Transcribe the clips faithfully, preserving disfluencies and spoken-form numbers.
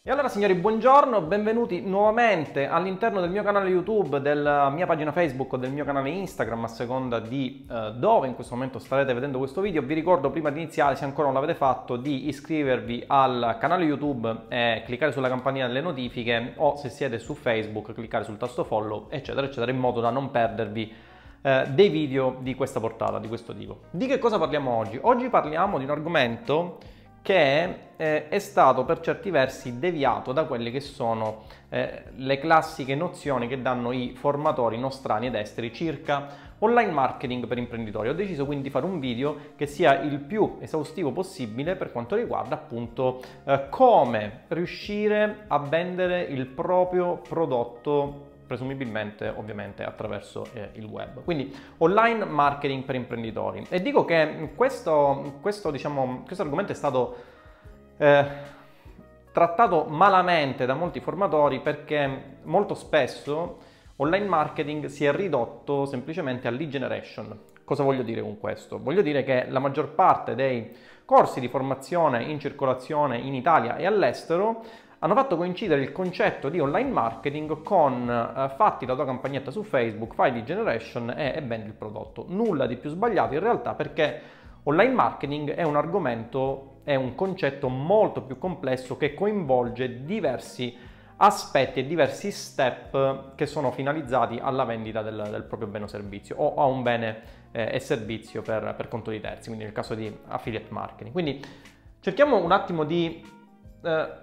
E allora signori, buongiorno, benvenuti nuovamente all'interno del mio canale YouTube, della mia pagina Facebook o del mio canale Instagram, a seconda di eh, dove in questo momento starete vedendo questo video. Vi ricordo prima di iniziare, se ancora non l'avete fatto, di iscrivervi al canale YouTube e cliccare sulla campanella delle notifiche, o se siete su Facebook cliccare sul tasto follow, eccetera eccetera, in modo da non perdervi eh, dei video di questa portata, di questo tipo. Di che cosa parliamo oggi? Oggi parliamo di un argomento che eh, è stato per certi versi deviato da quelle che sono eh, le classiche nozioni che danno i formatori nostrani ed esteri circa online marketing per imprenditori. Ho deciso quindi di fare un video che sia il più esaustivo possibile per quanto riguarda appunto eh, come riuscire a vendere il proprio prodotto, presumibilmente ovviamente attraverso eh, il web. Quindi online marketing per imprenditori. E dico che questo, questo, diciamo, questo argomento è stato eh, trattato malamente da molti formatori, perché molto spesso online marketing si è ridotto semplicemente a lead generation. Cosa voglio dire con questo? Voglio dire che la maggior parte dei corsi di formazione in circolazione in Italia e all'estero hanno fatto coincidere il concetto di online marketing con eh, fatti la tua campagnetta su Facebook, fai lead generation e, e vendi il prodotto. Nulla di più sbagliato in realtà, perché online marketing è un argomento, è un concetto molto più complesso che coinvolge diversi aspetti e diversi step che sono finalizzati alla vendita del, del proprio bene o servizio, o a un bene eh, e servizio per, per conto di terzi, quindi nel caso di affiliate marketing. Quindi cerchiamo un attimo di eh,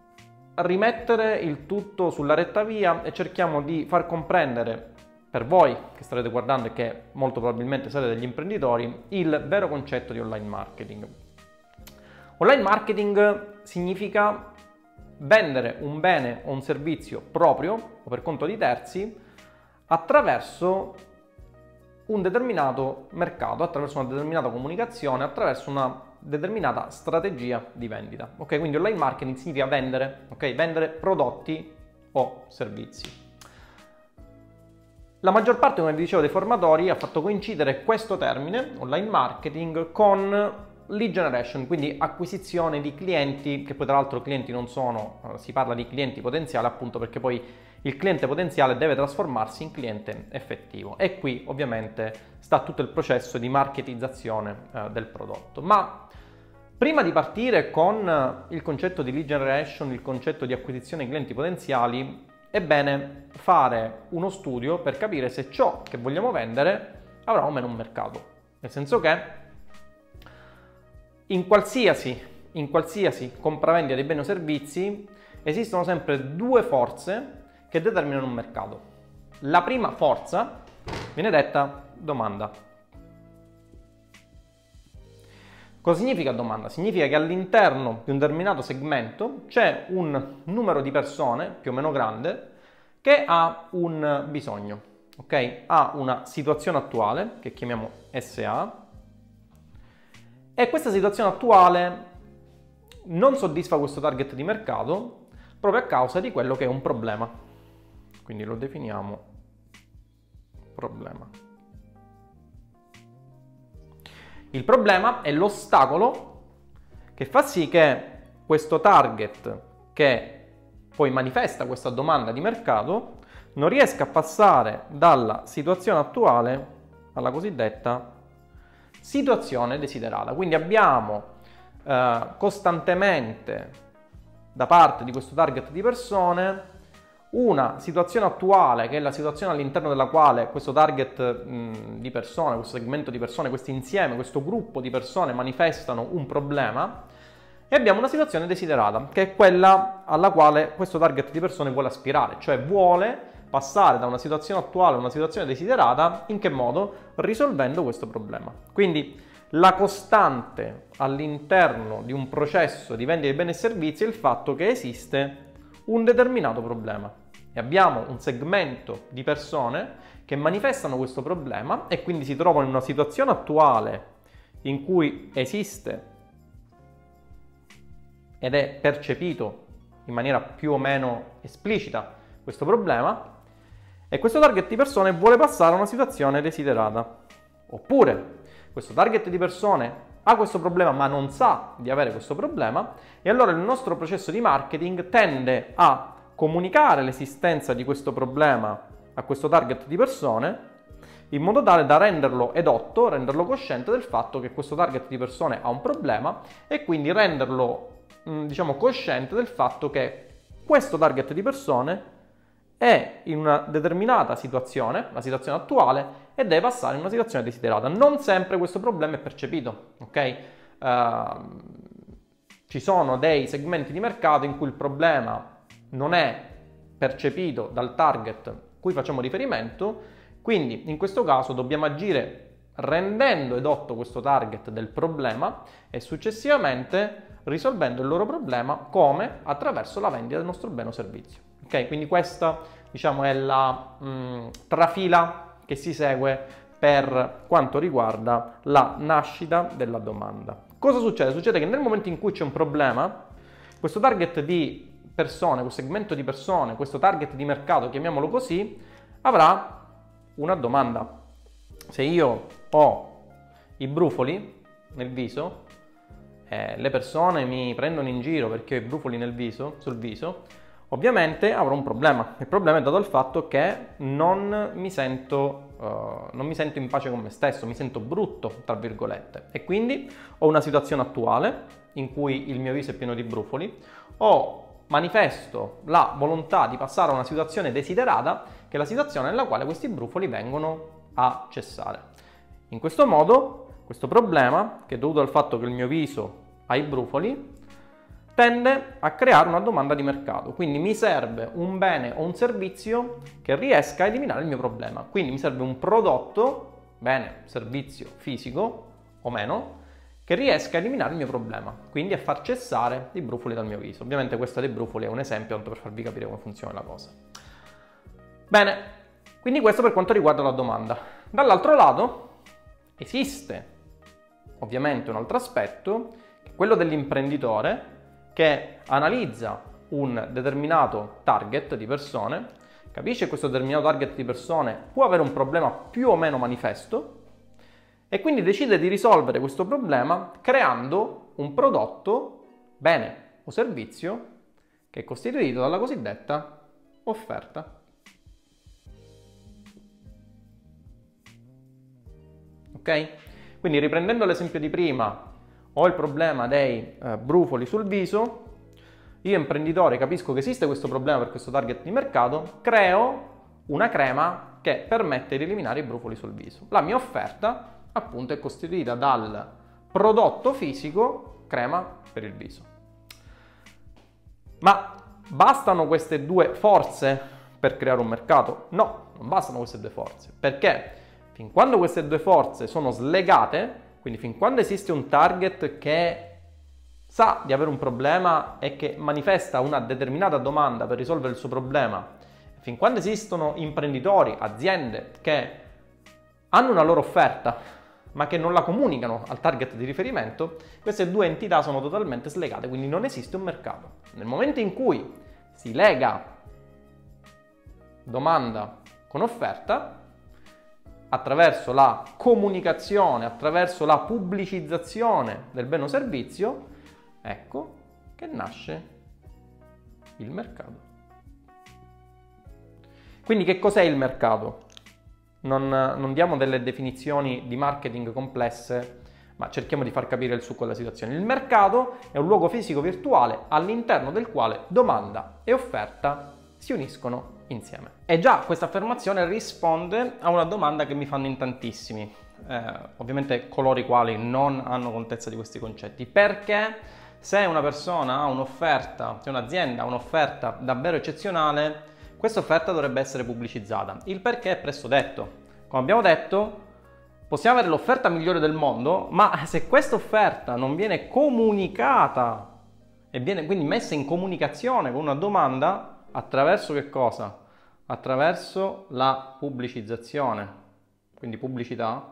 rimettere il tutto sulla retta via e cerchiamo di far comprendere, per voi che starete guardando e che molto probabilmente sarete degli imprenditori, il vero concetto di online marketing. Online marketing significa vendere un bene o un servizio proprio o per conto di terzi attraverso un determinato mercato, attraverso una determinata comunicazione, attraverso una determinata strategia di vendita. Ok, quindi online marketing significa vendere, ok? Vendere prodotti o servizi. La maggior parte, come vi dicevo, dei formatori ha fatto coincidere questo termine, online marketing, con lead generation, quindi acquisizione di clienti, che poi tra l'altro clienti non sono, si parla di clienti potenziali appunto perché poi il cliente potenziale deve trasformarsi in cliente effettivo, e qui ovviamente sta tutto il processo di marketizzazione eh, del prodotto. Ma prima di partire con il concetto di lead generation, il concetto di acquisizione di clienti potenziali, è bene fare uno studio per capire se ciò che vogliamo vendere avrà o meno un mercato. Nel senso che in qualsiasi, in qualsiasi compravendita di beni o servizi esistono sempre due forze che determinano un mercato. La prima forza viene detta domanda. Cosa significa domanda? Significa che all'interno di un determinato segmento c'è un numero di persone più o meno grande che ha un bisogno, ok? Ha una situazione attuale che chiamiamo S A, e questa situazione attuale non soddisfa questo target di mercato proprio a causa di quello che è un problema. Quindi lo definiamo problema. Il problema è l'ostacolo che fa sì che questo target, che poi manifesta questa domanda di mercato, non riesca a passare dalla situazione attuale alla cosiddetta situazione desiderata. Quindi abbiamo eh, costantemente da parte di questo target di persone una situazione attuale, che è la situazione all'interno della quale questo target mh, di persone, questo segmento di persone, questo insieme, questo gruppo di persone manifestano un problema, e abbiamo una situazione desiderata, che è quella alla quale questo target di persone vuole aspirare, cioè vuole passare da una situazione attuale a una situazione desiderata. In che modo? Risolvendo questo problema. Quindi la costante all'interno di un processo di vendita di beni e servizi è il fatto che esiste un determinato problema e abbiamo un segmento di persone che manifestano questo problema e quindi si trovano in una situazione attuale in cui esiste ed è percepito in maniera più o meno esplicita questo problema, e questo target di persone vuole passare a una situazione desiderata. Oppure questo target di persone ha questo problema ma non sa di avere questo problema, e allora il nostro processo di marketing tende a comunicare l'esistenza di questo problema a questo target di persone in modo tale da renderlo edotto, renderlo cosciente del fatto che questo target di persone ha un problema, e quindi renderlo, diciamo, cosciente del fatto che questo target di persone è in una determinata situazione, la situazione attuale, e deve passare in una situazione desiderata. Non sempre questo problema è percepito, ok? Uh, ci sono dei segmenti di mercato in cui il problema non è percepito dal target a cui facciamo riferimento, quindi in questo caso dobbiamo agire rendendo edotto questo target del problema e successivamente risolvendo il loro problema, come? Attraverso la vendita del nostro bene o servizio. Ok? Quindi questa, diciamo, è la mh, trafila che si segue per quanto riguarda la nascita della domanda. Cosa succede? Succede che nel momento in cui c'è un problema, questo target di persone, questo segmento di persone, questo target di mercato, chiamiamolo così, avrà una domanda. Se io ho i brufoli nel viso, eh, le persone mi prendono in giro perché ho i brufoli nel viso, sul viso, ovviamente avrò un problema. Il problema è dato dal fatto che non mi sento, uh, non mi sento in pace con me stesso, mi sento brutto, tra virgolette, e quindi ho una situazione attuale in cui il mio viso è pieno di brufoli, o manifesto la volontà di passare a una situazione desiderata, che è la situazione nella quale questi brufoli vengono a cessare. In questo modo, questo problema, che è dovuto al fatto che il mio viso ha i brufoli, tende a creare una domanda di mercato. Quindi mi serve un bene o un servizio che riesca a eliminare il mio problema. Quindi mi serve un prodotto, bene, servizio fisico o meno, che riesca a eliminare il mio problema, quindi a far cessare i brufoli dal mio viso. Ovviamente questo dei brufoli è un esempio tanto per farvi capire come funziona la cosa. Bene, quindi questo per quanto riguarda la domanda. Dall'altro lato esiste ovviamente un altro aspetto, che è quello dell'imprenditore, che analizza un determinato target di persone, capisce che questo determinato target di persone può avere un problema più o meno manifesto, e quindi decide di risolvere questo problema creando un prodotto, bene o servizio, che è costituito dalla cosiddetta offerta. Ok? Quindi, riprendendo l'esempio di prima, ho il problema dei eh, brufoli sul viso, io imprenditore capisco che esiste questo problema per questo target di mercato, creo una crema che permette di eliminare i brufoli sul viso. La mia offerta appunto è costituita dal prodotto fisico crema per il viso. Ma bastano queste due forze per creare un mercato? No, non bastano queste due forze, perché fin quando queste due forze sono slegate, quindi fin quando esiste un target che sa di avere un problema e che manifesta una determinata domanda per risolvere il suo problema, fin quando esistono imprenditori, aziende che hanno una loro offerta ma che non la comunicano al target di riferimento, queste due entità sono totalmente slegate, quindi non esiste un mercato. Nel momento in cui si lega domanda con offerta, attraverso la comunicazione, attraverso la pubblicizzazione del bene o servizio, ecco che nasce il mercato. Quindi che cos'è il mercato? Non, non diamo delle definizioni di marketing complesse, ma cerchiamo di far capire il succo della situazione. Il mercato è un luogo fisico virtuale all'interno del quale domanda e offerta si uniscono insieme. E già questa affermazione risponde a una domanda che mi fanno in tantissimi, eh, ovviamente coloro i quali non hanno contezza di questi concetti. Perché se una persona ha un'offerta, se un'azienda ha un'offerta davvero eccezionale, questa offerta dovrebbe essere pubblicizzata? Il perché è presto detto. Come abbiamo detto, possiamo avere l'offerta migliore del mondo, ma se questa offerta non viene comunicata e viene quindi messa in comunicazione con una domanda, attraverso che cosa? Attraverso la pubblicizzazione, quindi pubblicità.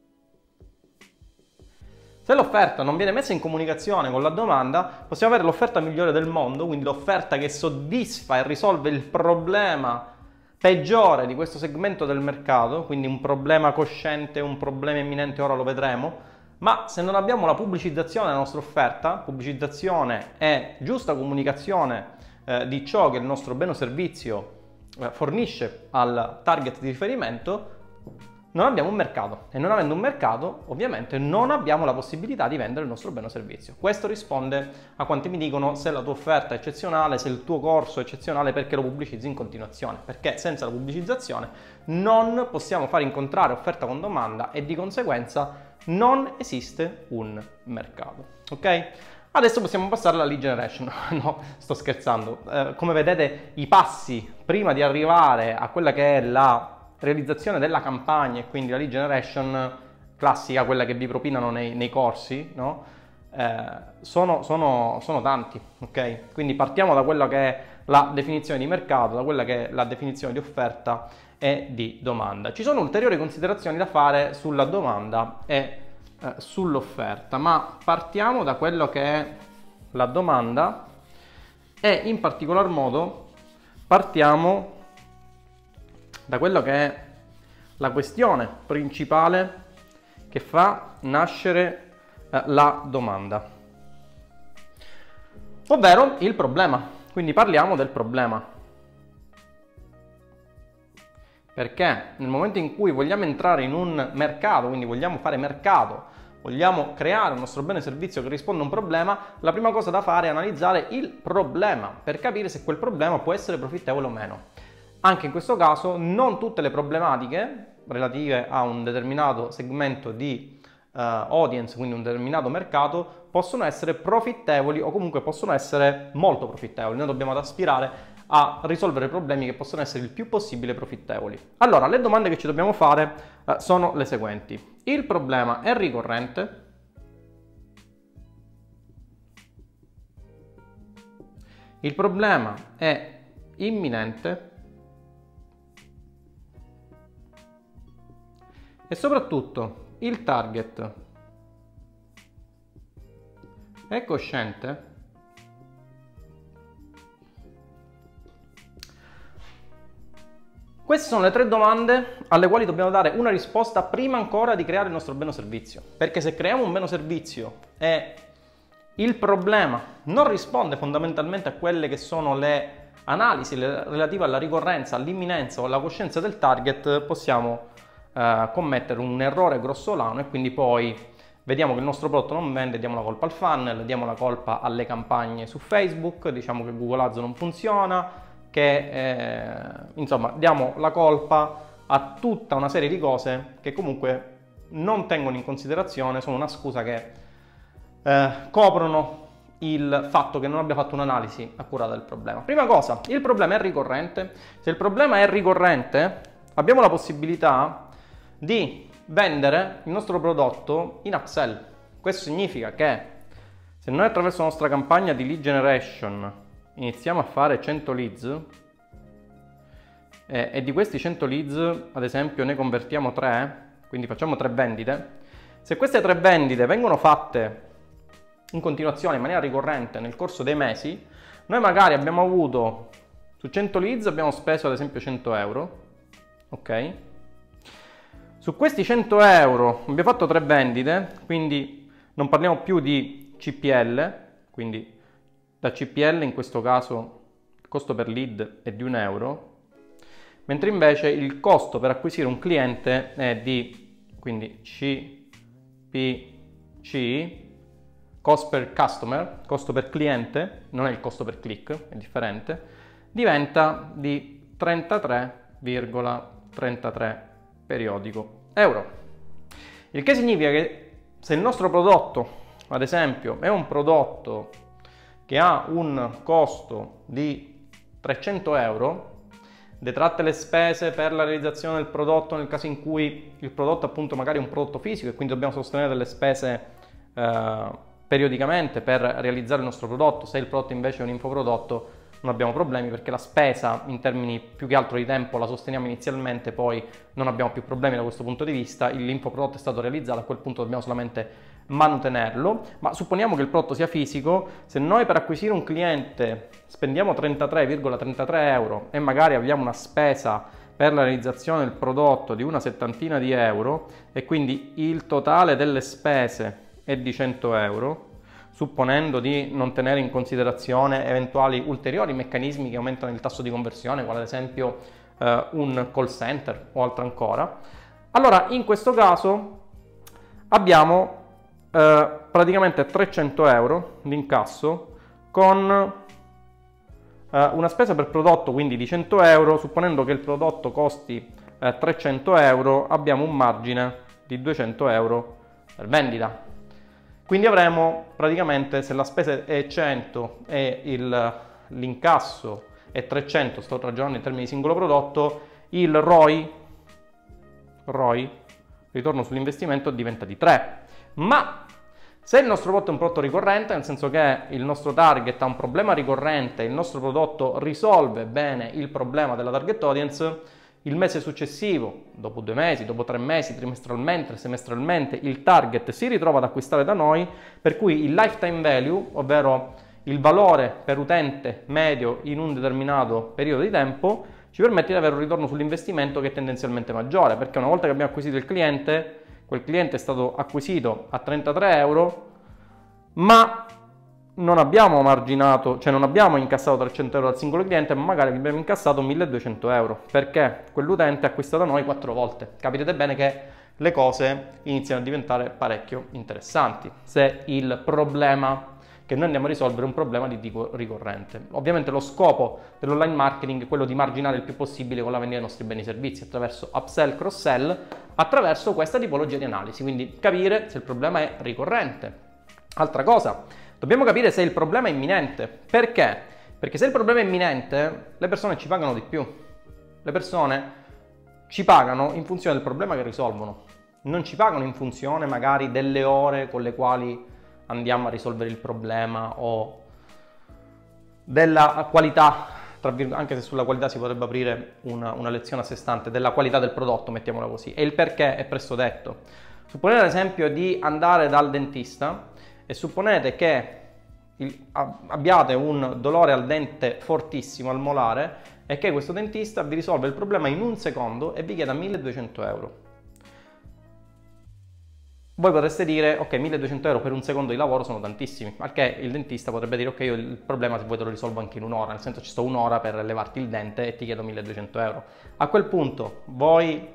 Se l'offerta non viene messa in comunicazione con la domanda, possiamo avere l'offerta migliore del mondo, quindi l'offerta che soddisfa e risolve il problema peggiore di questo segmento del mercato, quindi un problema cosciente, un problema imminente, ora lo vedremo, Ma se non abbiamo la pubblicizzazione della nostra offerta, pubblicizzazione e giusta comunicazione eh, di ciò che il nostro bene o servizio eh, fornisce al target di riferimento, non abbiamo un mercato, e non avendo un mercato ovviamente non abbiamo la possibilità di vendere il nostro bene o servizio. Questo risponde a quanti mi dicono: se la tua offerta è eccezionale, se il tuo corso è eccezionale, perché lo pubblicizzi in continuazione? Perché senza la pubblicizzazione non possiamo fare incontrare offerta con domanda e di conseguenza non esiste un mercato. Ok? Adesso possiamo passare alla lead generation. No, sto scherzando. Eh, come vedete, i passi prima di arrivare a quella che è la realizzazione della campagna e quindi la lead generation classica, quella che vi propinano nei, nei corsi, no? eh, sono, sono, sono tanti, ok? Quindi partiamo da quella che è la definizione di mercato, da quella che è la definizione di offerta e di domanda. Ci sono ulteriori considerazioni da fare sulla domanda e eh, sull'offerta, ma partiamo da quello che è la domanda e in particolar modo partiamo da quello che è la questione principale che fa nascere eh, la domanda, ovvero il problema. Quindi parliamo del problema, perché nel momento in cui vogliamo entrare in un mercato, quindi vogliamo fare mercato, vogliamo creare un nostro bene o servizio che risponde a un problema, la prima cosa da fare è analizzare il problema per capire se quel problema può essere profittevole o meno. Anche in questo caso non tutte le problematiche relative a un determinato segmento di uh, audience, quindi un determinato mercato, possono essere profittevoli o comunque possono essere molto profittevoli. Noi dobbiamo aspirare a risolvere problemi che possono essere il più possibile profittevoli. Allora, le domande che ci dobbiamo fare uh, sono le seguenti. Il problema è ricorrente? Il problema è imminente? E soprattutto, il target è cosciente? Queste sono le tre domande alle quali dobbiamo dare una risposta prima ancora di creare il nostro bene o servizio. Perché se creiamo un bene o servizio e il problema non risponde fondamentalmente a quelle che sono le analisi relative alla ricorrenza, all'imminenza o alla coscienza del target, possiamo Uh, commettere un errore grossolano e quindi poi vediamo che il nostro prodotto non vende, diamo la colpa al funnel, diamo la colpa alle campagne su Facebook, diciamo che Google Ads non funziona, che eh, insomma diamo la colpa a tutta una serie di cose che comunque non tengono in considerazione, sono una scusa che eh, coprono il fatto che non abbia fatto un'analisi accurata del problema. Prima cosa, il problema è ricorrente? Se il problema è ricorrente, abbiamo la possibilità di vendere il nostro prodotto in upsell. Questo significa che se noi attraverso la nostra campagna di lead generation iniziamo a fare cento leads e, e di questi cento leads ad esempio ne convertiamo tre, quindi facciamo tre vendite, se queste tre vendite vengono fatte in continuazione in maniera ricorrente nel corso dei mesi, noi magari abbiamo avuto su cento leads abbiamo speso ad esempio cento euro, ok? Su questi cento euro abbiamo fatto tre vendite, quindi non parliamo più di C P L, quindi da C P L in questo caso il costo per lead è di un euro, mentre invece il costo per acquisire un cliente è di, quindi C P C, cost per customer, costo per cliente, non è il costo per click, è differente, diventa di trentatré virgola trentatré periodico euro. Il che significa che se il nostro prodotto, ad esempio, è un prodotto che ha un costo di trecento euro, detratte le spese per la realizzazione del prodotto nel caso in cui il prodotto appunto magari è un prodotto fisico e quindi dobbiamo sostenere delle spese eh, periodicamente per realizzare il nostro prodotto, se il prodotto invece è un infoprodotto non abbiamo problemi perché la spesa in termini più che altro di tempo la sosteniamo inizialmente, poi non abbiamo più problemi da questo punto di vista, l'infoprodotto è stato realizzato, a quel punto dobbiamo solamente mantenerlo. Ma supponiamo che il prodotto sia fisico, se noi per acquisire un cliente spendiamo trentatré virgola trentatré euro e magari abbiamo una spesa per la realizzazione del prodotto di una settantina di euro e quindi il totale delle spese è di cento euro, supponendo di non tenere in considerazione eventuali ulteriori meccanismi che aumentano il tasso di conversione, quale ad esempio eh, un call center o altro ancora, allora in questo caso abbiamo eh, praticamente trecento euro di incasso con eh, una spesa per prodotto quindi di cento euro. Supponendo che il prodotto costi eh, trecento euro, abbiamo un margine di duecento euro per vendita. Quindi avremo praticamente, se la spesa è cento e l'incasso è trecento, sto ragionando in termini di singolo prodotto, il R O I, R O I, ritorno sull'investimento, diventa di tre. Ma se il nostro prodotto è un prodotto ricorrente, nel senso che il nostro target ha un problema ricorrente, il nostro prodotto risolve bene il problema della target audience, il mese successivo, dopo due mesi, dopo tre mesi, trimestralmente, semestralmente, il target si ritrova ad acquistare da noi, per cui il lifetime value, ovvero il valore per utente medio in un determinato periodo di tempo, ci permette di avere un ritorno sull'investimento che è tendenzialmente maggiore, perché una volta che abbiamo acquisito il cliente, quel cliente è stato acquisito a trentatré euro, ma non abbiamo marginato, cioè non abbiamo incassato trecento euro dal singolo cliente, ma magari abbiamo incassato milleduecento euro, perché quell'utente acquista da noi quattro volte. Capirete bene che le cose iniziano a diventare parecchio interessanti, se il problema che noi andiamo a risolvere è un problema di tipo ricorrente. Ovviamente lo scopo dell'online marketing è quello di marginare il più possibile con la vendita dei nostri beni e servizi attraverso upsell, cross-sell, attraverso questa tipologia di analisi, quindi capire se il problema è ricorrente. Altra cosa, dobbiamo capire se il problema è imminente. Perché? Perché se il problema è imminente, le persone ci pagano di più. Le persone ci pagano in funzione del problema che risolvono. Non ci pagano in funzione magari delle ore con le quali andiamo a risolvere il problema o della qualità, tra virgolette, anche se sulla qualità si potrebbe aprire una, una lezione a sé stante, della qualità del prodotto, mettiamola così. E il perché è presto detto. Supponete ad esempio di andare dal dentista e supponete che il, abbiate un dolore al dente fortissimo, al molare, e che questo dentista vi risolve il problema in un secondo e vi chieda milleduecento euro. Voi potreste dire, ok, milleduecento euro per un secondo di lavoro sono tantissimi, perché il dentista potrebbe dire, ok, io il problema se vuoi te lo risolvo anche in un'ora, nel senso ci sto un'ora per levarti il dente e ti chiedo milleduecento euro. A quel punto voi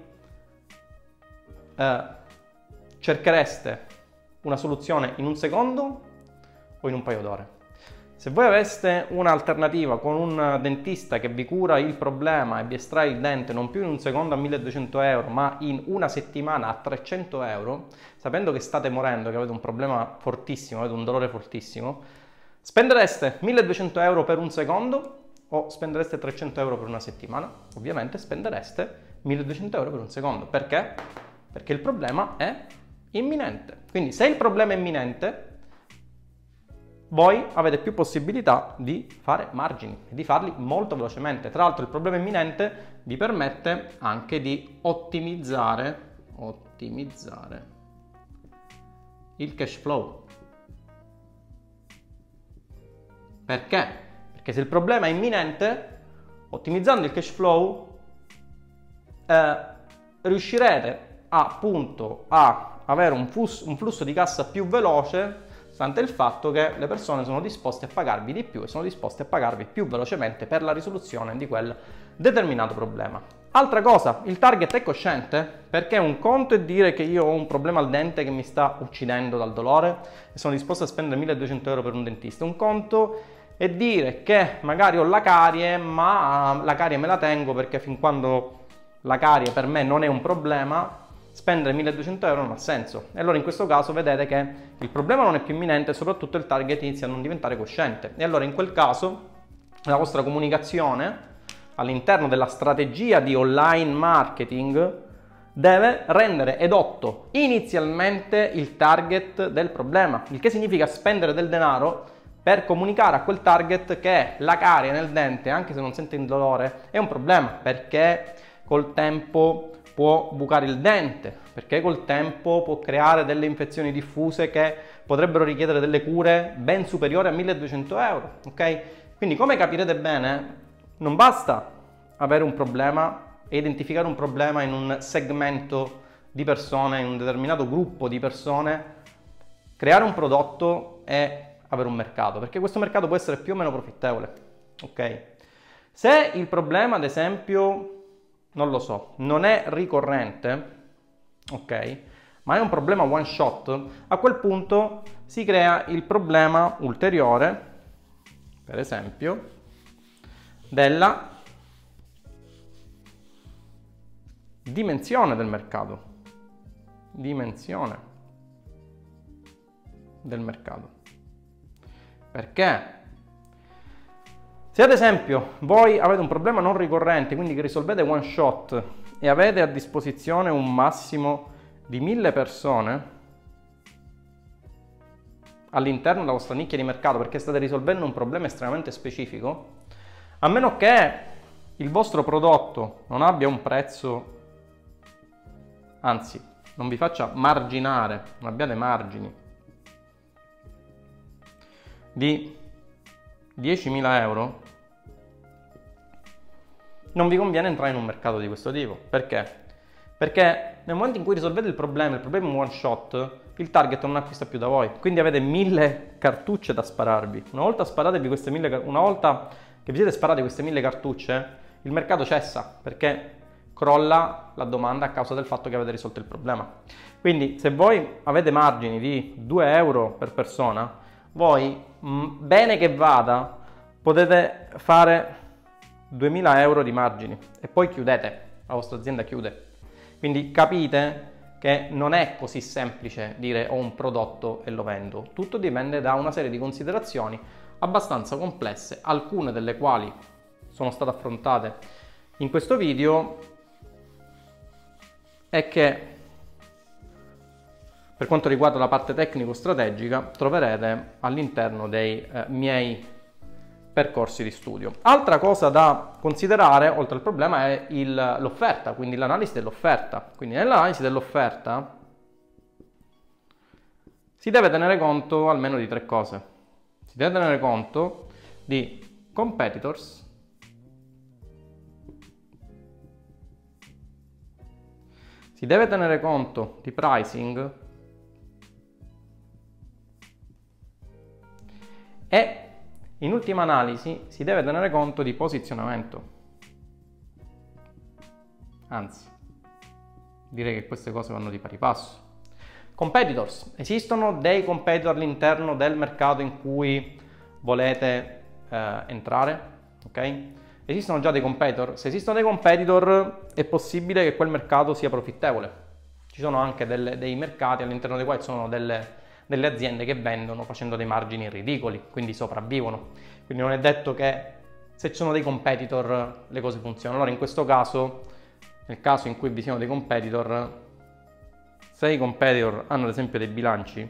eh, cerchereste una soluzione in un secondo o in un paio d'ore? Se voi aveste un'alternativa con un dentista che vi cura il problema e vi estrae il dente non più in un secondo a milleduecento euro, ma in una settimana a trecento euro, sapendo che state morendo, che avete un problema fortissimo, avete un dolore fortissimo, spendereste milleduecento euro per un secondo o spendereste trecento euro per una settimana? Ovviamente spendereste milleduecento euro per un secondo. Perché? Perché il problema è imminente. Quindi se il problema è imminente, voi avete più possibilità di fare margini, di farli molto velocemente. Tra l'altro il problema imminente vi permette anche di ottimizzare, ottimizzare il cash flow. Perché? Perché se il problema è imminente, ottimizzando il cash flow, eh, riuscirete appunto a avere un flusso, un flusso di cassa più veloce, stante il fatto che le persone sono disposte a pagarvi di più e sono disposte a pagarvi più velocemente per la risoluzione di quel determinato problema. Altra cosa, il target è cosciente, perché un conto è dire che io ho un problema al dente che mi sta uccidendo dal dolore e sono disposto a spendere milleduecento euro per un dentista. Un conto è dire che magari ho la carie, ma la carie me la tengo perché fin quando la carie per me non è un problema, spendere milleduecento euro non ha senso. E allora in questo caso vedete che il problema non è più imminente e soprattutto il target inizia a non diventare cosciente. E allora in quel caso la vostra comunicazione all'interno della strategia di online marketing deve rendere edotto inizialmente il target del problema, il che significa spendere del denaro per comunicare a quel target che la carie nel dente, anche se non sente il dolore, è un problema, perché col tempo può bucare il dente, perché col tempo può creare delle infezioni diffuse che potrebbero richiedere delle cure ben superiori a milleduecento euro, ok? Quindi come capirete bene, non basta avere un problema e identificare un problema in un segmento di persone, in un determinato gruppo di persone, creare un prodotto e avere un mercato, perché questo mercato può essere più o meno profittevole, ok? Se il problema, ad esempio, non lo so, non è ricorrente, ok? Ma è un problema one shot, a quel punto si crea il problema ulteriore, per esempio, della dimensione del mercato. Dimensione del mercato. Perché se ad esempio voi avete un problema non ricorrente, quindi che risolvete one shot e avete a disposizione un massimo di mille persone all'interno della vostra nicchia di mercato, perché state risolvendo un problema estremamente specifico, a meno che il vostro prodotto non abbia un prezzo, anzi non vi faccia marginare, non abbiate margini di diecimila euro, non vi conviene entrare in un mercato di questo tipo. Perché? Perché nel momento in cui risolvete il problema, il problema è un one shot, il target non acquista più da voi, quindi avete mille cartucce da spararvi. Una volta sparatevi queste mille, una volta che vi siete sparati queste mille cartucce, il mercato cessa, perché crolla la domanda a causa del fatto che avete risolto il problema. Quindi se voi avete margini di due euro per persona, voi, bene che vada, potete fare duemila euro di margini e poi chiudete, la vostra azienda chiude. Quindi capite che non è così semplice dire ho un prodotto e lo vendo. Tutto dipende da una serie di considerazioni abbastanza complesse, alcune delle quali sono state affrontate in questo video, e che per quanto riguarda la parte tecnico-strategica troverete all'interno dei eh, miei percorsi di studio. Altra cosa da considerare, oltre al problema, è il, l'offerta, quindi l'analisi dell'offerta. Quindi nell'analisi dell'offerta si deve tenere conto almeno di tre cose. Si deve tenere conto di competitors, si deve tenere conto di pricing e in ultima analisi si deve tenere conto di posizionamento. Anzi, direi che queste cose vanno di pari passo. Competitors. Esistono dei competitor all'interno del mercato in cui volete eh, entrare, ok? Esistono già dei competitor. Se esistono dei competitor è possibile che quel mercato sia profittevole. Ci sono anche delle, dei mercati all'interno dei quali ci sono delle delle aziende che vendono facendo dei margini ridicoli, quindi sopravvivono. Quindi non è detto che se ci sono dei competitor le cose funzionano. Allora in questo caso, nel caso in cui vi siano dei competitor, se i competitor hanno ad esempio dei bilanci,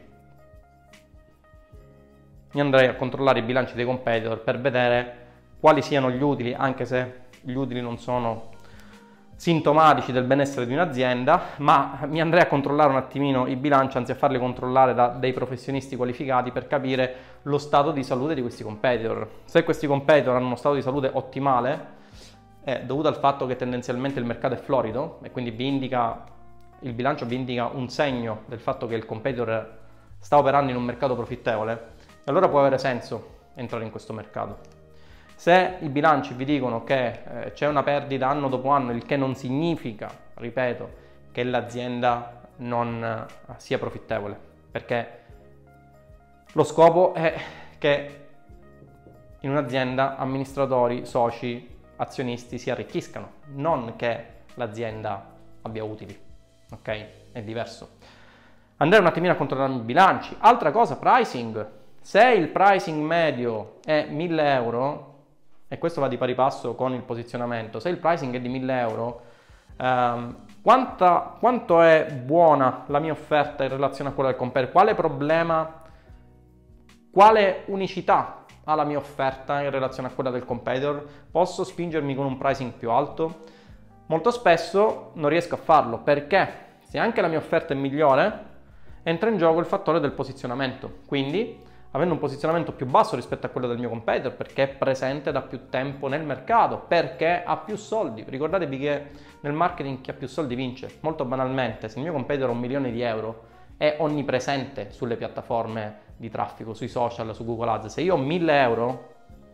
io andrei a controllare i bilanci dei competitor per vedere quali siano gli utili, anche se gli utili non sono sintomatici del benessere di un'azienda, ma mi andrei a controllare un attimino i bilanci, anzi a farli controllare da dei professionisti qualificati per capire lo stato di salute di questi competitor. Se questi competitor hanno uno stato di salute ottimale, è dovuto al fatto che tendenzialmente il mercato è florido e quindi vi indica, il bilancio vi indica un segno del fatto che il competitor sta operando in un mercato profittevole, allora può avere senso entrare in questo mercato. Se i bilanci vi dicono che eh, c'è una perdita anno dopo anno, il che non significa, ripeto, che l'azienda non eh, sia profittevole, perché lo scopo è che in un'azienda amministratori, soci, azionisti si arricchiscano, non che l'azienda abbia utili, ok? È diverso. Andare un attimino a controllare i bilanci. Altra cosa, pricing. Se il pricing medio è mille euro, e questo va di pari passo con il posizionamento, se il pricing è di mille euro, ehm, quanta, quanto è buona la mia offerta in relazione a quella del competitor? Quale problema, quale unicità ha la mia offerta in relazione a quella del competitor? Posso spingermi con un pricing più alto? Molto spesso non riesco a farlo, perché se anche la mia offerta è migliore, entra in gioco il fattore del posizionamento. Quindi avendo un posizionamento più basso rispetto a quello del mio competitor, perché è presente da più tempo nel mercato, perché ha più soldi. Ricordatevi che nel marketing chi ha più soldi vince. Molto banalmente, se il mio competitor ha un milione di euro, è onnipresente sulle piattaforme di traffico, sui social, su Google Ads. Se io ho mille euro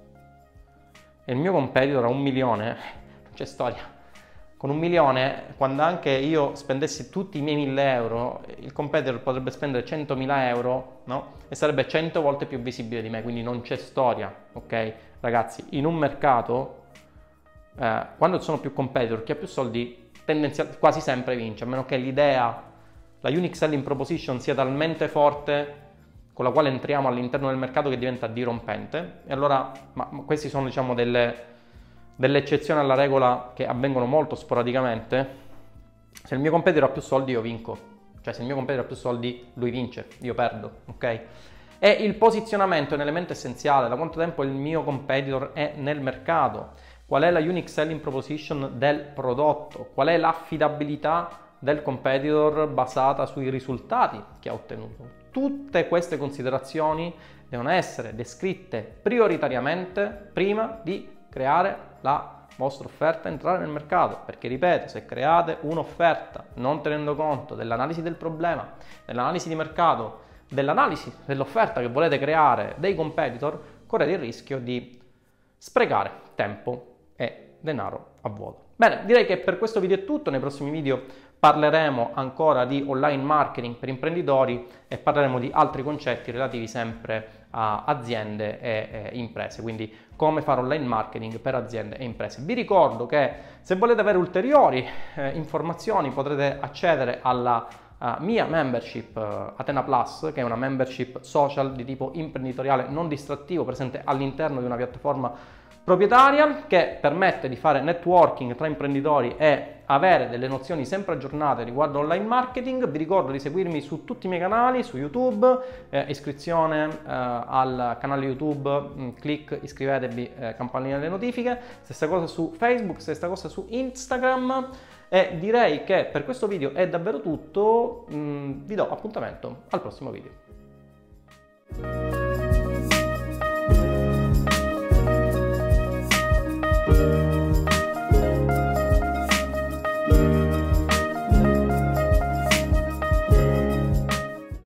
e il mio competitor ha un milione, non c'è storia. Con un milione, quando anche io spendessi tutti i miei mille euro, il competitor potrebbe spendere centomila euro, no? E sarebbe cento volte più visibile di me, quindi non c'è storia, ok? Ragazzi, in un mercato, eh, quando ci sono più competitor, chi ha più soldi tendenzialmente quasi sempre vince, a meno che l'idea, la unique selling proposition sia talmente forte con la quale entriamo all'interno del mercato che diventa dirompente. E allora, ma, ma questi sono, diciamo, delle... delle eccezioni alla regola che avvengono molto sporadicamente. Se il mio competitor ha più soldi io vinco, cioè se il mio competitor ha più soldi lui vince, io perdo, ok? E il posizionamento è un elemento essenziale. Da quanto tempo il mio competitor è nel mercato? Qual è la unique selling proposition del prodotto? Qual è l'affidabilità del competitor basata sui risultati che ha ottenuto? Tutte queste considerazioni devono essere descritte prioritariamente prima di creare la vostra offerta e entrare nel mercato, perché ripeto, se create un'offerta non tenendo conto dell'analisi del problema, dell'analisi di mercato, dell'analisi dell'offerta che volete creare dei competitor, correte il rischio di sprecare tempo e denaro a vuoto. Bene, direi che per questo video è tutto. Nei prossimi video parleremo ancora di online marketing per imprenditori e parleremo di altri concetti relativi sempre a aziende e, e imprese, quindi come fare online marketing per aziende e imprese. Vi ricordo che se volete avere ulteriori eh, informazioni potrete accedere alla uh, mia membership uh, Athena Plus, che è una membership social di tipo imprenditoriale non distrattivo presente all'interno di una piattaforma proprietaria che permette di fare networking tra imprenditori e avere delle nozioni sempre aggiornate riguardo online marketing. Vi ricordo di seguirmi su tutti i miei canali, su YouTube, eh, iscrizione eh, al canale YouTube, mh, clic, iscrivetevi, eh, campanellina delle notifiche, stessa cosa su Facebook, stessa cosa su Instagram. E direi che per questo video è davvero tutto, mh, vi do appuntamento al prossimo video.